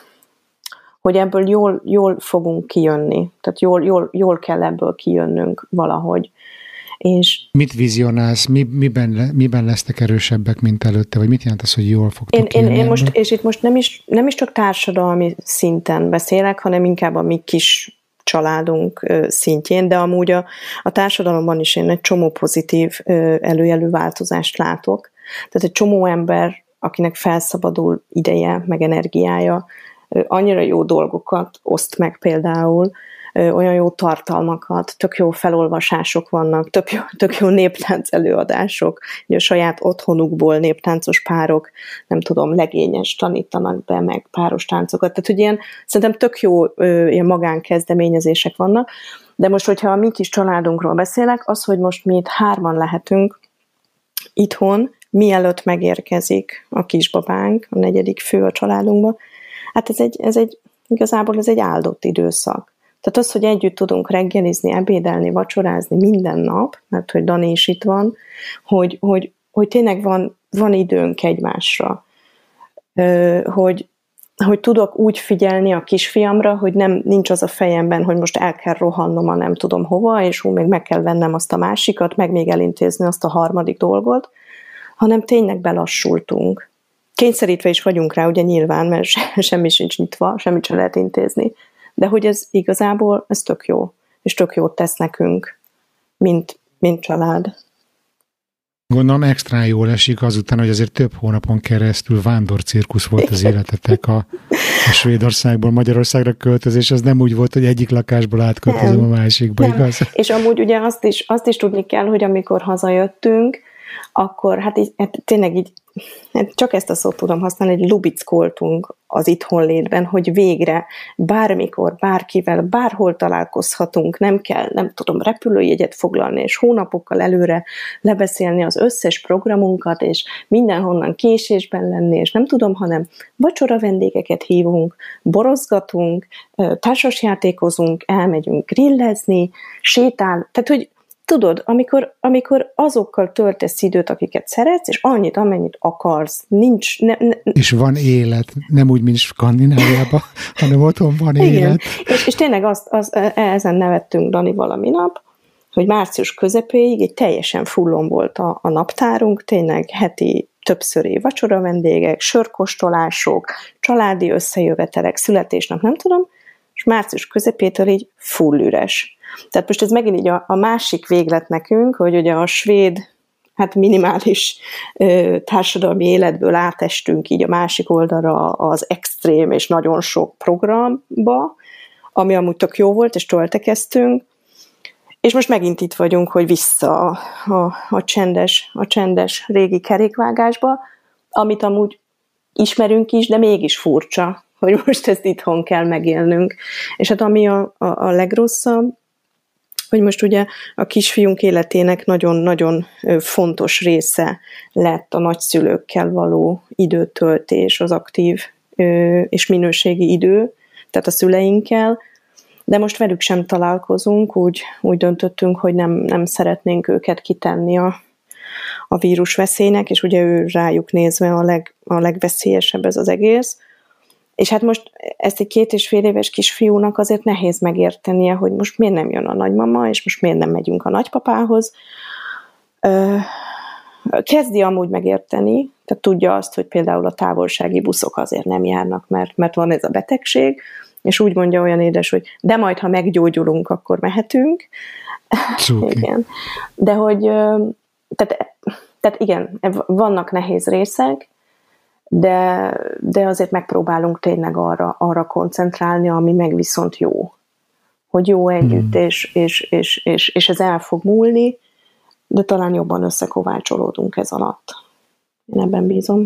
hogy ebből jól, jól fogunk kijönni, tehát jól, jól, jól kell ebből kijönnünk valahogy. És mit vizionálsz, mi, miben, miben lesztek erősebbek, mint előtte, vagy mit jelent az, hogy jól fogtok én, én, én most, és itt most nem is, nem is csak társadalmi szinten beszélek, hanem inkább a mi kis családunk szintjén, de amúgy a, a társadalomban is én egy csomó pozitív előjelű változást látok. Tehát egy csomó ember, akinek felszabadul ideje, meg energiája, annyira jó dolgokat oszt meg például, olyan jó tartalmakat, tök jó felolvasások vannak, tök jó, tök jó néptánc előadások, ugye a saját otthonukból néptáncos párok, nem tudom, legényes tanítanak be, meg páros táncokat, tehát hogy ilyen, szerintem tök jó ilyen magánkezdeményezések vannak, de most, hogyha a mi kis családunkról beszélek, az, hogy most mi itt hárman lehetünk itthon, mielőtt megérkezik a kisbabánk, a negyedik fő a családunkba, hát ez egy, ez egy igazából ez egy áldott időszak. Tehát az, hogy együtt tudunk reggelizni, ebédelni, vacsorázni minden nap, mert hogy Dani is itt van, hogy, hogy, hogy tényleg van, van időnk egymásra. Hogy, hogy tudok úgy figyelni a kisfiamra, hogy nem, nincs az a fejemben, hogy most el kell rohannom a nem tudom hova, és hú, még meg kell vennem azt a másikat, meg még elintézni azt a harmadik dolgot, hanem tényleg belassultunk. Kényszerítve is vagyunk rá, ugye nyilván, mert semmi sincs nyitva, semmit sem lehet intézni. De hogy ez igazából, ez tök jó, és tök jót tesz nekünk, mint, mint család. Gondolom extra jól esik azután, hogy azért több hónapon keresztül vándorcirkusz volt az életetek a, a Svédországból Magyarországra költözés, az nem úgy volt, hogy egyik lakásból átköltözöm a másikba, nem. Igaz? És amúgy ugye azt is, azt is tudni kell, hogy amikor hazajöttünk, akkor hát, így, hát tényleg így, hát csak ezt a szót tudom használni, hogy lubickoltunk az itthonlétben, hogy végre bármikor, bárkivel, bárhol találkozhatunk, nem kell, nem tudom, repülőjegyet foglalni, és hónapokkal előre lebeszélni az összes programunkat, és mindenhonnan késésben lenni, és nem tudom, hanem vacsora vendégeket hívunk, borozgatunk, társasjátékozunk, elmegyünk grillezni, sétál, tehát, hogy tudod, amikor, amikor azokkal töltesz időt, akiket szeretsz, és annyit, amennyit akarsz, nincs... Ne, ne, és van élet, nem úgy, mint Skandináviában, hanem otthon van igen. élet. És, és tényleg azt, az, ezen nevettünk, Dani, valami nap, hogy március közepéig egy teljesen fullon volt a, a naptárunk, tényleg heti többszöri vacsora vendégek, sörkóstolások, családi összejövetelek, születésnap, nem tudom, és március közepétől így full üres. Tehát most ez megint így a, a másik véglet nekünk, hogy ugye a svéd, hát minimális ö, társadalmi életből átestünk így a másik oldalra az extrém és nagyon sok programba, ami amúgy tök jó volt, és töltekeztünk, és most megint itt vagyunk, hogy vissza a, a, a, csendes, a csendes régi kerékvágásba, amit amúgy ismerünk is, de mégis furcsa, hogy most ezt itthon kell megélnünk. És hát ami a, a, a legrosszabb, hogy most ugye a kisfiunk életének nagyon-nagyon fontos része lett a nagyszülőkkel való időtöltés, az aktív és minőségi idő, tehát a szüleinkkel, de most velük sem találkozunk, úgy, úgy döntöttünk, hogy nem, nem szeretnénk őket kitenni a, a vírus veszélynek, és ugye ő rájuk nézve a, leg, a legveszélyesebb ez az egész. És hát most ezt egy két és fél éves kisfiúnak azért nehéz megértenie, hogy most miért nem jön a nagymama, és most miért nem megyünk a nagypapához. Kezdi amúgy megérteni, tehát tudja azt, hogy például a távolsági buszok azért nem járnak, mert, mert van ez a betegség, és úgy mondja olyan édes, hogy de majd, ha meggyógyulunk, akkor mehetünk. Igen. De hogy, tehát, tehát igen, vannak nehéz részek, de, de azért megpróbálunk tényleg arra, arra koncentrálni, ami meg viszont jó. Hogy jó együtt, hmm. és, és, és, és, és ez el fog múlni, de talán jobban összekovácsolódunk ez alatt. Én ebben bízom.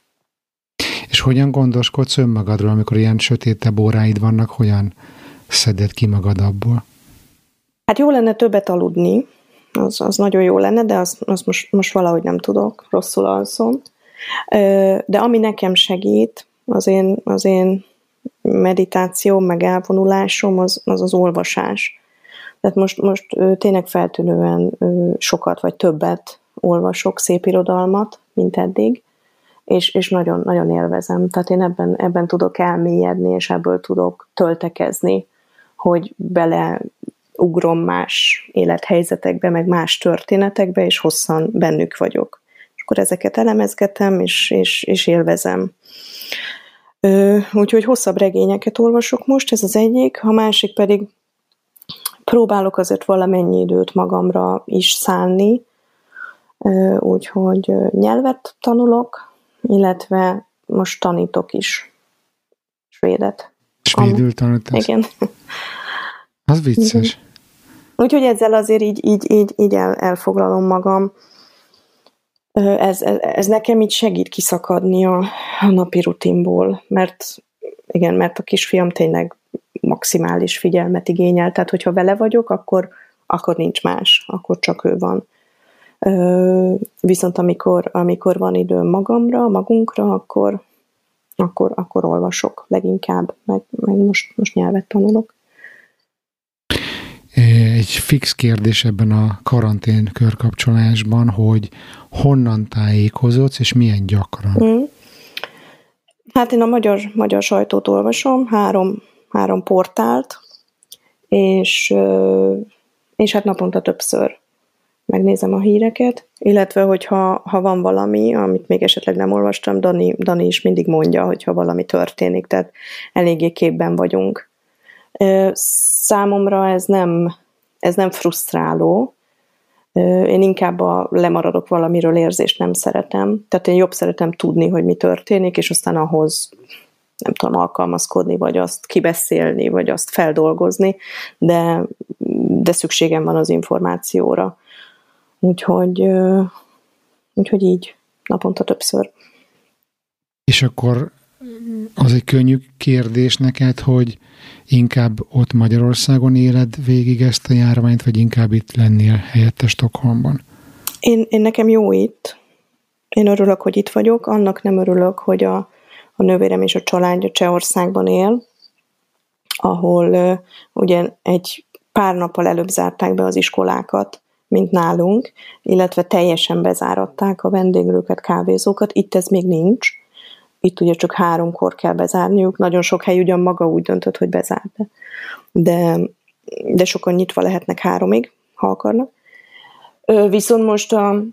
És hogyan gondoskodsz önmagadról, amikor ilyen sötétebb óráid vannak, hogyan szeded ki magad abból? Hát jó lenne többet aludni, az, az nagyon jó lenne, de azt, azt most, most valahogy nem tudok, rosszul alszom. De ami nekem segít, az én, az én meditációm, meg elvonulásom, az az, az olvasás. Tehát most, most tényleg feltűnően sokat vagy többet olvasok, szép irodalmat, mint eddig, és, és nagyon, nagyon élvezem. Tehát én ebben, ebben tudok elmélyedni, és ebből tudok töltekezni, hogy beleugrom más élethelyzetekbe, meg más történetekbe, és hosszan bennük vagyok. Akkor ezeket elemezgetem, és, és, és élvezem. Ö, úgyhogy hosszabb regényeket olvasok most, ez az egyik, a másik pedig próbálok azért valamennyi időt magamra is szánni, ö, úgyhogy nyelvet tanulok, illetve most tanítok is svédet. Svédül tanultál? Igen. Az vicces. Úgyhogy ezzel azért így, így, így, így el, elfoglalom magam. Ez, ez, ez nekem így segít kiszakadni a, a napi rutinból, mert igen, mert a kisfiam tényleg maximális figyelmet igényel, tehát hogyha vele vagyok, akkor, akkor nincs más, akkor csak ő van. Viszont amikor, amikor van időm magamra, magunkra, akkor, akkor, akkor olvasok leginkább, meg, meg most, most nyelvet tanulok. Egy fix kérdés ebben a karantén körkapcsolásban, hogy honnan tájékozódsz, és milyen gyakran? Mm. Hát én a magyar, magyar sajtót olvasom, három, három portált, és, és hát naponta többször megnézem a híreket, illetve hogyha ha van valami, amit még esetleg nem olvastam, Dani, Dani is mindig mondja, hogyha valami történik, tehát eléggé képben vagyunk. Számomra ez nem, ez nem frusztráló. Én inkább a lemaradok valamiről érzést nem szeretem. Tehát én jobb szeretem tudni, hogy mi történik, és aztán ahhoz nem tudom alkalmazkodni, vagy azt kibeszélni, vagy azt feldolgozni, de, de szükségem van az információra. Úgyhogy úgyhogy így, naponta többször. És akkor az egy könnyű kérdés neked, hogy inkább ott Magyarországon éled végig ezt a járványt, vagy inkább itt lennél helyette Stockholmban? Én, én nekem jó itt. Én örülök, hogy itt vagyok. Annak nem örülök, hogy a, a nővérem és a családja Csehországban él, ahol uh, ugye egy pár nappal előbb zárták be az iskolákat, mint nálunk, illetve teljesen bezáratták a vendéglőket, kávézókat. Itt ez még nincs. Itt ugye csak háromkor kell bezárniuk. Nagyon sok hely ugyan maga úgy döntött, hogy bezárt. De, de sokan nyitva lehetnek háromig, ha akarnak. Viszont most a,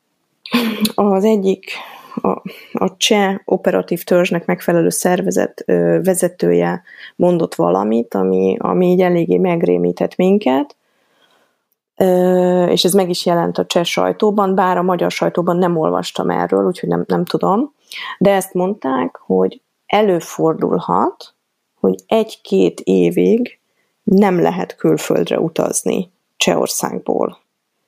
az egyik, a, a cseh operatív törzsnek megfelelő szervezet vezetője mondott valamit, ami, ami így eléggé megrémített minket, és ez meg is jelent a cseh sajtóban, bár a magyar sajtóban nem olvastam erről, úgyhogy nem, nem tudom, de ezt mondták, hogy előfordulhat, hogy egy-két évig nem lehet külföldre utazni Csehországból.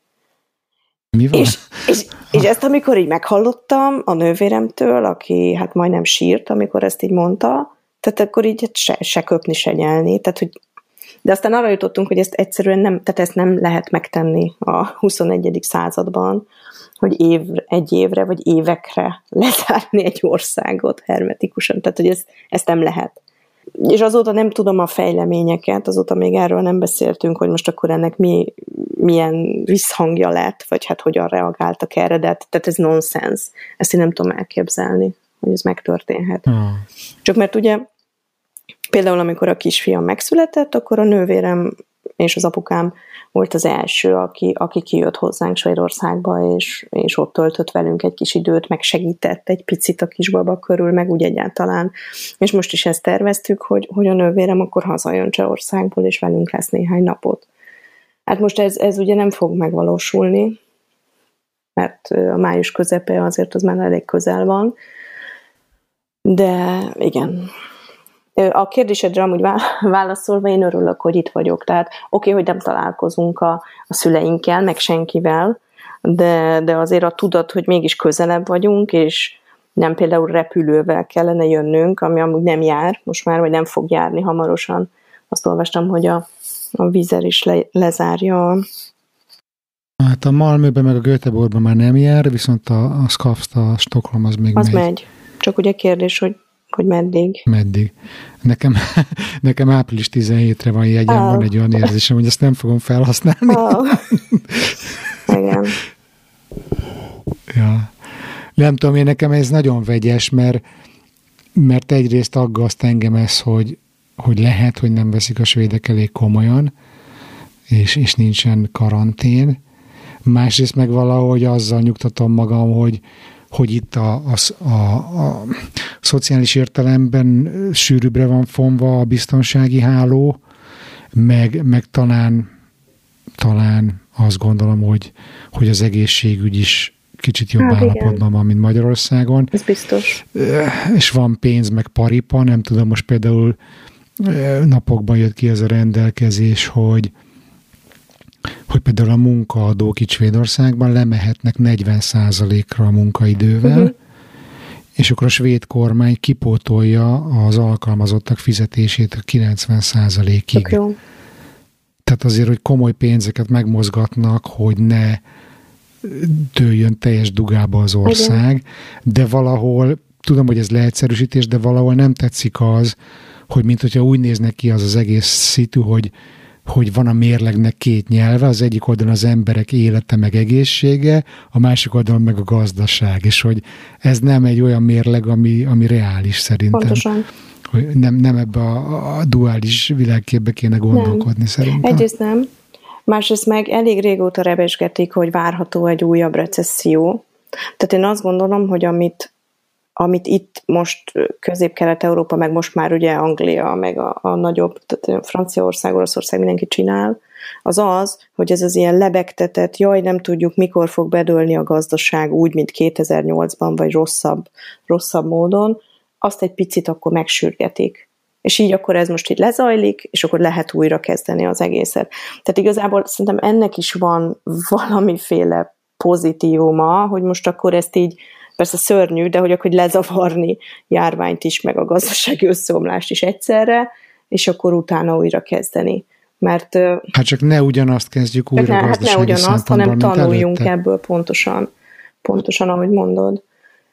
Mi van? És, és, és ezt amikor így meghallottam a nővéremtől, aki hát majdnem sírt, amikor ezt így mondta, tehát akkor így se, se köpni, se nyelni, tehát hogy de aztán arra jutottunk, hogy ezt egyszerűen nem, tehát ezt nem lehet megtenni a huszonegyedik században, hogy év, egy évre vagy évekre lezárni egy országot hermetikusan, tehát hogy ezt, ezt nem lehet. És azóta nem tudom a fejleményeket, azóta még erről nem beszéltünk, hogy most akkor ennek mi, milyen visszhangja lett, vagy hát hogyan reagáltak erre, de tehát ez nonsens. Ezt én nem tudom elképzelni, hogy ez megtörténhet. Hmm. Csak mert ugye például amikor a kisfiam megszületett, akkor a nővérem és az apukám volt az első, aki, aki kijött hozzánk Svédországba, és, és ott töltött velünk egy kis időt, meg segített egy picit a kisbaba körül, meg úgy egyáltalán. És most is ezt terveztük, hogy, hogy a nővérem akkor hazajön Csehországból, és velünk lesz néhány napot. Hát most ez, ez ugye nem fog megvalósulni, mert a május közepe azért az már elég közel van, de igen. A kérdésedre amúgy válaszolva, én örülök, hogy itt vagyok. Tehát oké, okay, hogy nem találkozunk a, a szüleinkkel, meg senkivel, de, de azért a tudat, hogy mégis közelebb vagyunk, és nem például repülővel kellene jönnünk, ami amúgy nem jár, most már, vagy nem fog járni hamarosan. Azt olvastam, hogy a, a Vizer is le, lezárja. Hát a Malmöben meg a Göteborgban már nem jár, viszont a, a Skavsta, a Stockholm az még az megy. Az megy. Csak ugye kérdés, hogy hogy meddig. Meddig. Nekem, nekem április tizenhétre van jegyem, oh. van egy olyan érzésem, hogy ezt nem fogom felhasználni. Oh. Igen. Ja. Nem tudom, én nekem ez nagyon vegyes, mert, mert egyrészt aggaszt engem ez, hogy, hogy lehet, hogy nem veszik a svédek elég komolyan, és, és nincsen karantén. Másrészt meg valahogy azzal nyugtatom magam, hogy hogy itt a, a, a, a szociális értelemben sűrűbbre van fonva a biztonsági háló, meg, meg talán, talán azt gondolom, hogy, hogy az egészségügy is kicsit jobb hát állapotban van, mint Magyarországon. Ez biztos. És van pénz, meg paripa, nem tudom, most például napokban jött ki ez a rendelkezés, hogy hogy például a munkaadók itt Svédországban lemehetnek negyven százalékra a munkaidővel, uh-huh. és akkor a svéd kormány kipótolja az alkalmazottak fizetését a kilencven százalékig. Tehát azért, hogy komoly pénzeket megmozgatnak, hogy ne dőljön teljes dugába az ország, uh-huh. de valahol, tudom, hogy ez leegyszerűsítés, de valahol nem tetszik az, hogy mint hogyha úgy néznek ki az az egész szitu, hogy hogy van a mérlegnek két nyelve, az egyik oldalon az emberek élete meg egészsége, a másik oldalon meg a gazdaság, és hogy ez nem egy olyan mérleg, ami, ami reális szerintem. Pontosan. Hogy nem, nem ebbe a, a duális világképbe kéne gondolkodni nem. Szerintem. Egyrészt nem, másrészt meg elég régóta rebesgetik, hogy várható egy újabb recesszió. Tehát én azt gondolom, hogy amit amit itt most Közép-Kelet-Európa, meg most már ugye Anglia, meg a, a nagyobb, tehát Franciaország, Oroszország mindenki csinál, az az, hogy ez az ilyen lebegtetett, jaj, nem tudjuk, mikor fog bedőlni a gazdaság úgy, mint kétezer-nyolcban, vagy rosszabb, rosszabb módon, azt egy picit akkor megsürgetik. És így akkor ez most így lezajlik, és akkor lehet újra kezdeni az egészet. Tehát igazából szerintem ennek is van valamiféle pozitívuma, hogy most akkor ezt így, persze szörnyű, de hogy akkor lezavarni járványt is, meg a gazdasági összeomlást is egyszerre, és akkor utána újra kezdeni. Mert, hát csak ne ugyanazt kezdjük újra ne, gazdasági hát ne ugyanazt, hanem tanuljunk előtte. ebből pontosan, pontosan, ahogy mondod.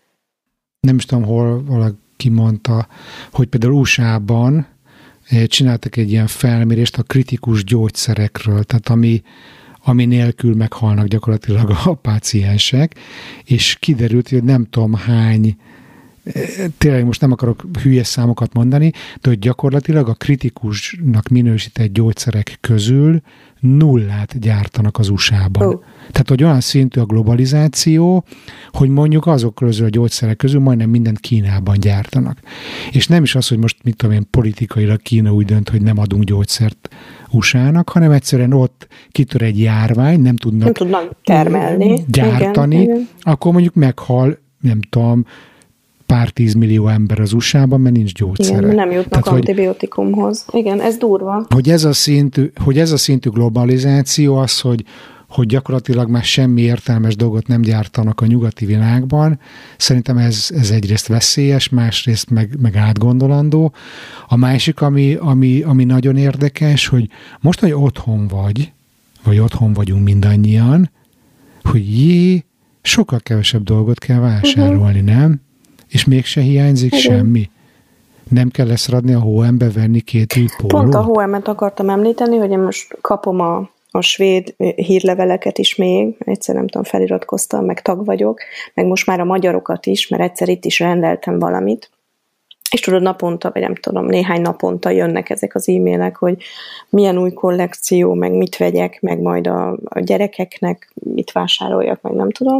Nem is tudom, hol valaki mondta, hogy például u es á-ban csináltak egy ilyen felmérést a kritikus gyógyszerekről, tehát ami, ami nélkül meghalnak gyakorlatilag a páciensek, és kiderült, hogy nem tudom hány, tényleg most nem akarok hülye számokat mondani, de hogy gyakorlatilag a kritikusnak minősített gyógyszerek közül nullát gyártanak az u es á-ban. Oh. Tehát, hogy olyan szintű a globalizáció, hogy mondjuk azok közül a gyógyszerek közül majdnem mindent Kínában gyártanak. És nem is az, hogy most, mit tudom én, politikailag Kína úgy dönt, hogy nem adunk gyógyszert u es á-nak, hanem egyszerűen ott kitör egy járvány, nem tudnak, nem tudnak termelni, gyártani, igen, igen. Akkor mondjuk meghal, nem tudom, pár tízmillió ember az u es á-ban, mert nincs gyógyszere. Igen, nem jutnak Tehát, antibiotikumhoz. Hogy, igen, ez durva. Hogy ez a szintű, hogy ez a szintű globalizáció az, hogy, hogy gyakorlatilag már semmi értelmes dolgot nem gyártanak a nyugati világban, szerintem ez, ez egyrészt veszélyes, másrészt meg, meg átgondolandó. A másik, ami, ami, ami nagyon érdekes, hogy most, hogy otthon vagy, vagy otthon vagyunk mindannyian, hogy jé, sokkal kevesebb dolgot kell vásárolni, uh-huh. nem? És mégse hiányzik igen. semmi. Nem kell leszradni a há em-be venni két új pólót? Pont a há em-et akartam említeni, hogy én most kapom a, a svéd hírleveleket is még, egyszer nem tudom, feliratkoztam, meg tag vagyok, meg most már a magyarokat is, mert egyszer itt is rendeltem valamit, és tudod, naponta, vagy nem tudom, néhány naponta jönnek ezek az e-mailek, hogy milyen új kollekció, meg mit vegyek, meg majd a, a gyerekeknek mit vásároljak, meg nem tudom.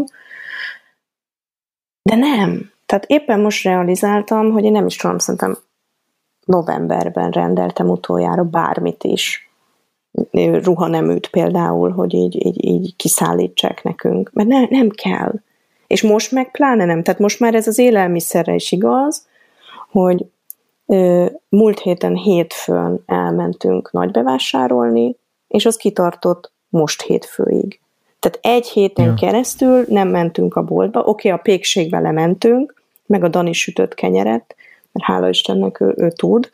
De nem. Tehát éppen most realizáltam, hogy én nem is tudom, szerintem novemberben rendeltem utoljára bármit is. Ruhaneműt például, hogy így, így, így kiszállítsák nekünk. Mert ne, nem kell. És most meg pláne nem. Tehát most már ez az élelmiszerre is igaz, hogy ö, múlt héten hétfőn elmentünk nagybevásárolni, és az kitartott most hétfőig. Tehát egy héten ja. keresztül nem mentünk a boltba. Oké, okay, a pékségbe lementünk, meg a Dani sütött kenyeret, mert hála Istennek ő, ő tud,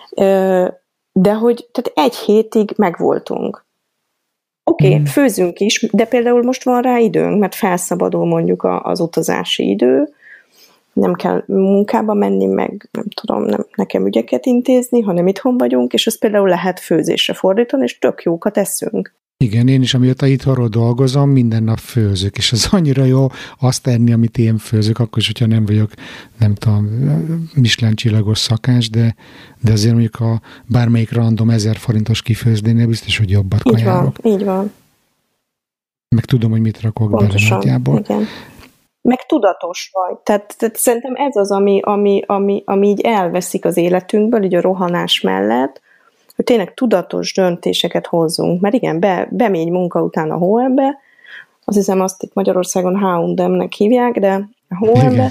de hogy tehát egy hétig megvoltunk. Oké, okay, mm. főzünk is, de például most van rá időnk, mert felszabadul mondjuk az utazási idő, nem kell munkába menni, meg nem tudom, nem, nekem ügyeket intézni, hanem itthon vagyunk, és azt például lehet főzésre fordítani, és tök jókat eszünk. Igen, én is, amióta itthonról dolgozom, minden nap főzök, és az annyira jó azt tenni, amit én főzök, akkor is, hogyha nem vagyok, nem tudom, Michelin csillagos szakás, de, de azért mondjuk a bármelyik random ezer forintos kifőzdénél biztos, hogy jobbat így kajálok. Van, így van. Meg tudom, hogy mit rakok bele nagyjából. Igen. Meg tudatos vagy. Tehát, tehát szerintem ez az, ami, ami, ami, ami így elveszik az életünkből, így a rohanás mellett, hogy tényleg tudatos döntéseket hozzunk. Mert igen, be, bemégy munka után a há em-be, azt hiszem azt itt Magyarországon há és em-nek hívják, de a há em-be,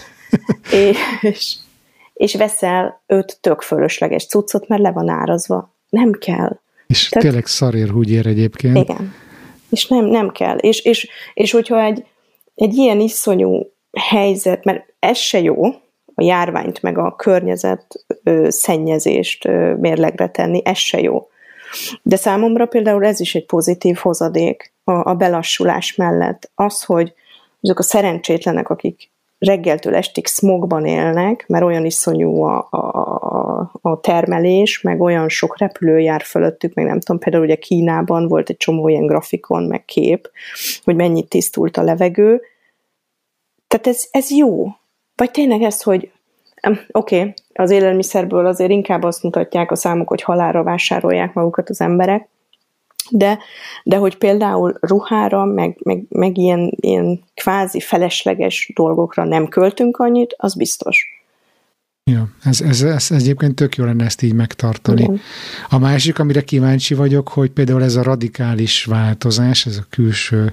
és, és veszel öt tök fölösleges cuccot, mert le van árazva. Nem kell. És Tehát, tényleg szarér húgyér egyébként. Igen. És nem, nem kell. És, és, és hogyha egy, egy ilyen iszonyú helyzet, mert ez se jó, a járványt, meg a környezet ö, szennyezést ö, mérlegre tenni, ez se jó. De számomra például ez is egy pozitív hozadék a, a belassulás mellett. Az, hogy azok a szerencsétlenek, akik reggeltől estig smogban élnek, mert olyan iszonyú a, a, a termelés, meg olyan sok repülő jár fölöttük, meg nem tudom, például ugye Kínában volt egy csomó ilyen grafikon, meg kép, hogy mennyit tisztult a levegő. Tehát ez, ez jó. Vagy tényleg ez, hogy oké, okay, az élelmiszerből azért inkább azt mutatják a számok, hogy halálra vásárolják magukat az emberek, de, de hogy például ruhára, meg, meg, meg ilyen, ilyen kvázi felesleges dolgokra nem költünk annyit, az biztos. Ja, ez, ez, ez egyébként tök jó lenne ezt így megtartani. Igen. A másik, amire kíváncsi vagyok, hogy például ez a radikális változás, ez a külső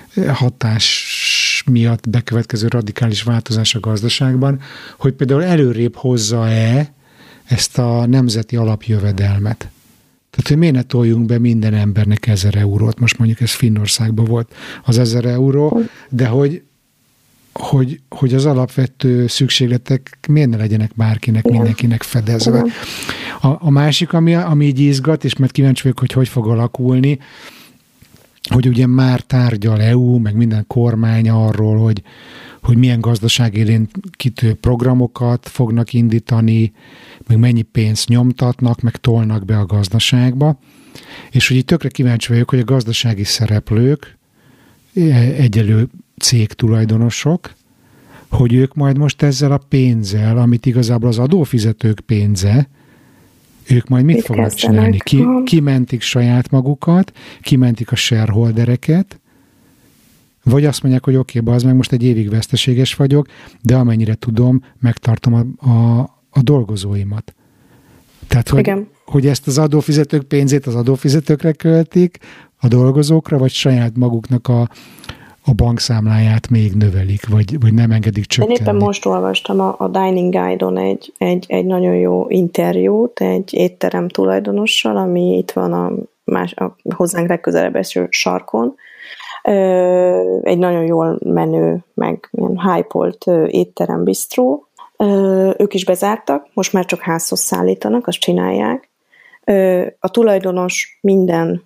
hatás miatt bekövetkező radikális változás a gazdaságban, hogy például előrébb hozza-e ezt a nemzeti alapjövedelmet. Tehát, hogy miért ne toljunk be minden embernek ezer eurót, most mondjuk ez Finnországban volt az ezer euró, de hogy, hogy, hogy az alapvető szükségletek miért ne legyenek bárkinek, igen, mindenkinek fedezve. A, a másik, ami, ami így izgat, és mert kíváncsi vagyok, hogy hogy fog alakulni, hogy ugye már tárgyal é u, meg minden kormány arról, hogy, hogy milyen gazdaságélénkítő programokat fognak indítani, meg mennyi pénzt nyomtatnak, meg tolnak be a gazdaságba. És hogy így tökre kíváncsi vagyok, hogy a gazdasági szereplők, egyelő cégtulajdonosok, hogy ők majd most ezzel a pénzzel, amit igazából az adófizetők pénze, ők majd mit, mit fognak kezdenek? Csinálni? Ki, kimentik saját magukat, kimentik a shareholdereket, vagy azt mondják, hogy oké, okay, az meg most egy évig veszteséges vagyok, de amennyire tudom, megtartom a, a, a dolgozóimat. Tehát, hogy, hogy ezt az adófizetők pénzét az adófizetőkre költik, a dolgozókra, vagy saját maguknak a, a bankszámláját még növelik, vagy, vagy nem engedik csökkenni. Én éppen most olvastam a, a Dining Guide-on egy, egy, egy nagyon jó interjút egy étterem tulajdonossal, ami itt van a, más, a hozzánk legközelebb eső sarkon. Egy nagyon jól menő, meg ilyen hype-olt étterem bistró. Ők is bezártak, most már csak házhoz szállítanak, azt csinálják. A tulajdonos minden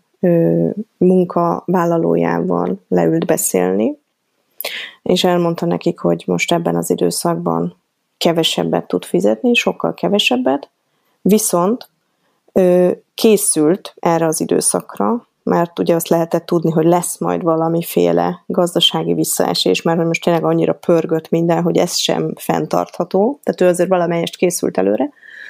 munkavállalójával leült beszélni, és elmondta nekik, hogy most ebben az időszakban kevesebbet tud fizetni, sokkal kevesebbet, viszont készült erre az időszakra, mert ugye azt lehetett tudni, hogy lesz majd valamiféle gazdasági visszaesés, mert hogy most tényleg annyira pörgött minden, hogy ez sem fenntartható, tehát ő azért valamelyest készült előre.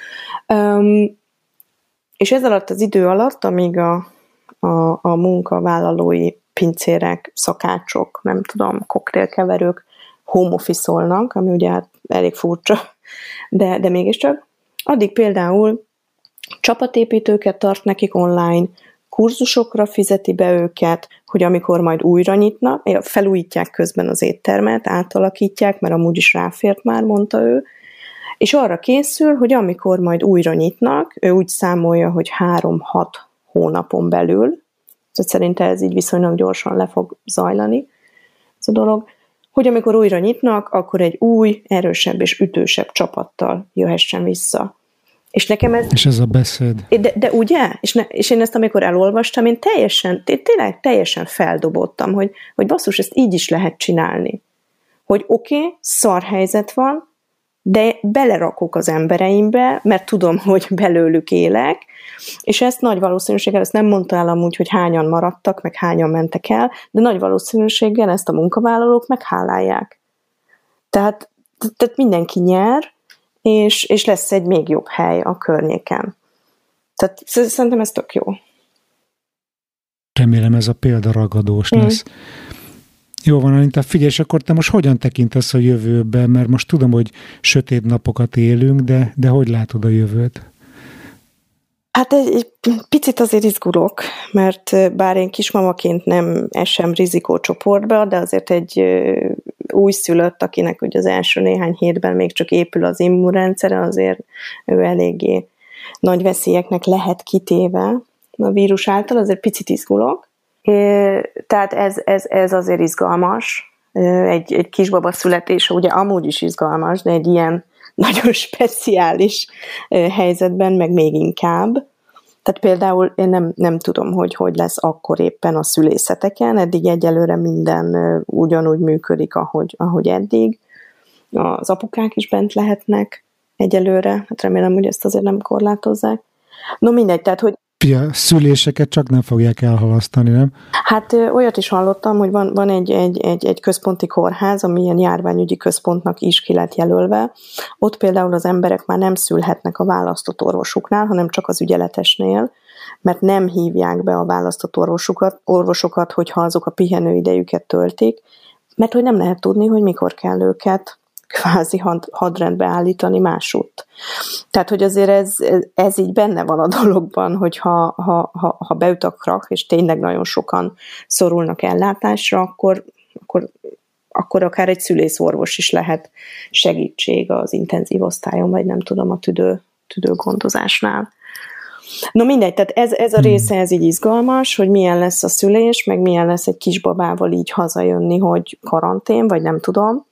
Um, és ez alatt az idő alatt, amíg a, a, a munkavállalói pincérek, szakácsok, nem tudom, koktélkeverők home office-olnak, ami ugye hát elég furcsa, de, de mégiscsak, addig például csapatépítőket tart nekik online, kurzusokra fizeti be őket, hogy amikor majd újra nyitnak, felújítják közben az éttermet, átalakítják, mert amúgy is ráfért már, mondta ő, és arra készül, hogy amikor majd újra nyitnak, ő úgy számolja, hogy három-hat hónapon belül, tehát szerintem ez így viszonylag gyorsan le fog zajlani ez a dolog, hogy amikor újra nyitnak, akkor egy új, erősebb és ütősebb csapattal jöhessen vissza. És nekem ez... És ez a beszéd. De, de ugye? És, ne, és én ezt amikor elolvastam, én teljesen, én tényleg teljesen feldobottam, hogy, hogy basszus, ezt így is lehet csinálni. Hogy oké, okay, szar helyzet van, de belerakok az embereimbe, mert tudom, hogy belőlük élek, és ezt nagy valószínűséggel, ezt nem mondta el amúgy, hogy hányan maradtak, meg hányan mentek el, de nagy valószínűséggel ezt a munkavállalók meghálálják. Tehát, tehát mindenki nyer, és, és lesz egy még jobb hely a környéken. Tehát szerintem ez tök jó. Remélem ez a példa ragadós mm. lesz. Jó van, Anita, figyelj, és akkor te most hogyan tekintesz a jövőbe? Mert most tudom, hogy sötét napokat élünk, de, de hogy látod a jövőt? Hát egy, egy picit azért izgulok, mert bár én kismamaként nem esem rizikócsoportba, de azért egy újszülött, akinek ugye az első néhány hétben még csak épül az immunrendszere, azért ő eléggé nagy veszélyeknek lehet kitéve a vírus által, azért picit izgulok. Tehát ez, ez, ez azért izgalmas. Egy, egy kisbaba születése ugye amúgy is izgalmas, de egy ilyen nagyon speciális helyzetben, meg még inkább. Tehát például én nem, nem tudom, hogy hogy lesz akkor éppen a szülészeteken, eddig egyelőre minden ugyanúgy működik, ahogy, ahogy eddig. Az apukák is bent lehetnek egyelőre, hát remélem, hogy ezt azért nem korlátozzák. No mindegy, tehát hogy a szüléseket csak nem fogják elhalasztani, nem? Hát ö, olyat is hallottam, hogy van, van egy, egy, egy, egy központi kórház, ami ilyen járványügyi központnak is ki lett jelölve. Ott például az emberek már nem szülhetnek a választott orvosuknál, hanem csak az ügyeletesnél, mert nem hívják be a választott orvosukat, orvosokat, hogyha azok a pihenőidejüket töltik, mert hogy nem lehet tudni, hogy mikor kell őket kvázi had, hadrendbe állítani másút. Tehát, hogy azért ez, ez így benne van a dologban, hogy ha, ha, ha, ha beüt a krak, és tényleg nagyon sokan szorulnak ellátásra, akkor, akkor, akkor akár egy szülészorvos is lehet segítség az intenzív osztályon, vagy nem tudom, a tüdő, tüdőgondozásnál. No mindegy, tehát ez, ez a része, ez így izgalmas, hogy milyen lesz a szülés, meg milyen lesz egy kisbabával így hazajönni, hogy karantén, vagy nem tudom.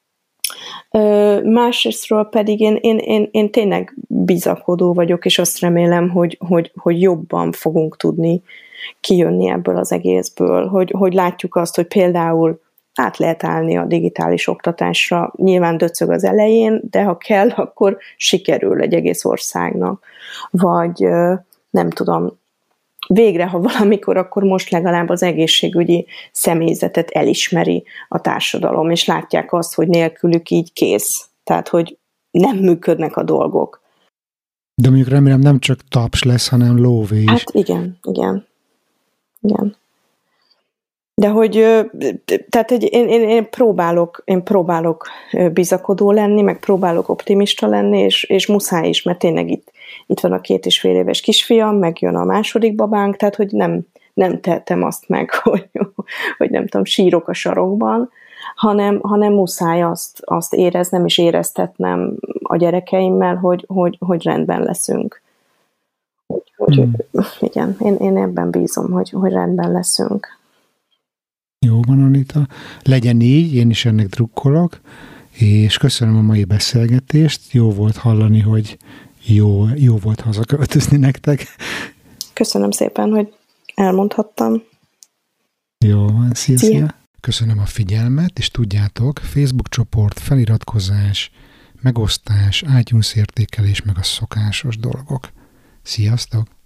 Másrésztről pedig én, én, én, én tényleg bizakodó vagyok, és azt remélem, hogy, hogy, hogy jobban fogunk tudni kijönni ebből az egészből, hogy, hogy látjuk azt, hogy például át lehet állni a digitális oktatásra, nyilván döcög az elején, de ha kell, akkor sikerül egy egész országnak. Vagy nem tudom, végre, ha valamikor, akkor most legalább az egészségügyi személyzetet elismeri a társadalom, és látják azt, hogy nélkülük így kész. Tehát, hogy nem működnek a dolgok. De mondjuk remélem nem csak taps lesz, hanem lóvé is. Hát igen, igen. Igen. De hogy, tehát egy, én, én, én, próbálok, én próbálok bizakodó lenni, meg próbálok optimista lenni, és, és muszáj is, mert tényleg itt, itt van a két és fél éves kisfiam, meg jön a második babánk, tehát hogy nem, nem tehetem azt meg, hogy, hogy nem tudom, sírok a sarokban, hanem, hanem muszáj azt, azt éreznem és éreztetnem a gyerekeimmel, hogy, hogy, hogy rendben leszünk. Hogy, hmm. Igen, én, én ebben bízom, hogy, hogy rendben leszünk. Jó van, Anita. Legyen így, én is ennek drukkolok, és köszönöm a mai beszélgetést. Jó volt hallani, hogy jó, jó volt hazaköltözni nektek. Köszönöm szépen, hogy elmondhattam. Jó van, szia, szia. szia. Köszönöm a figyelmet, és tudjátok, Facebook csoport, feliratkozás, megosztás, iTunes értékelés, meg a szokásos dolgok. Sziasztok!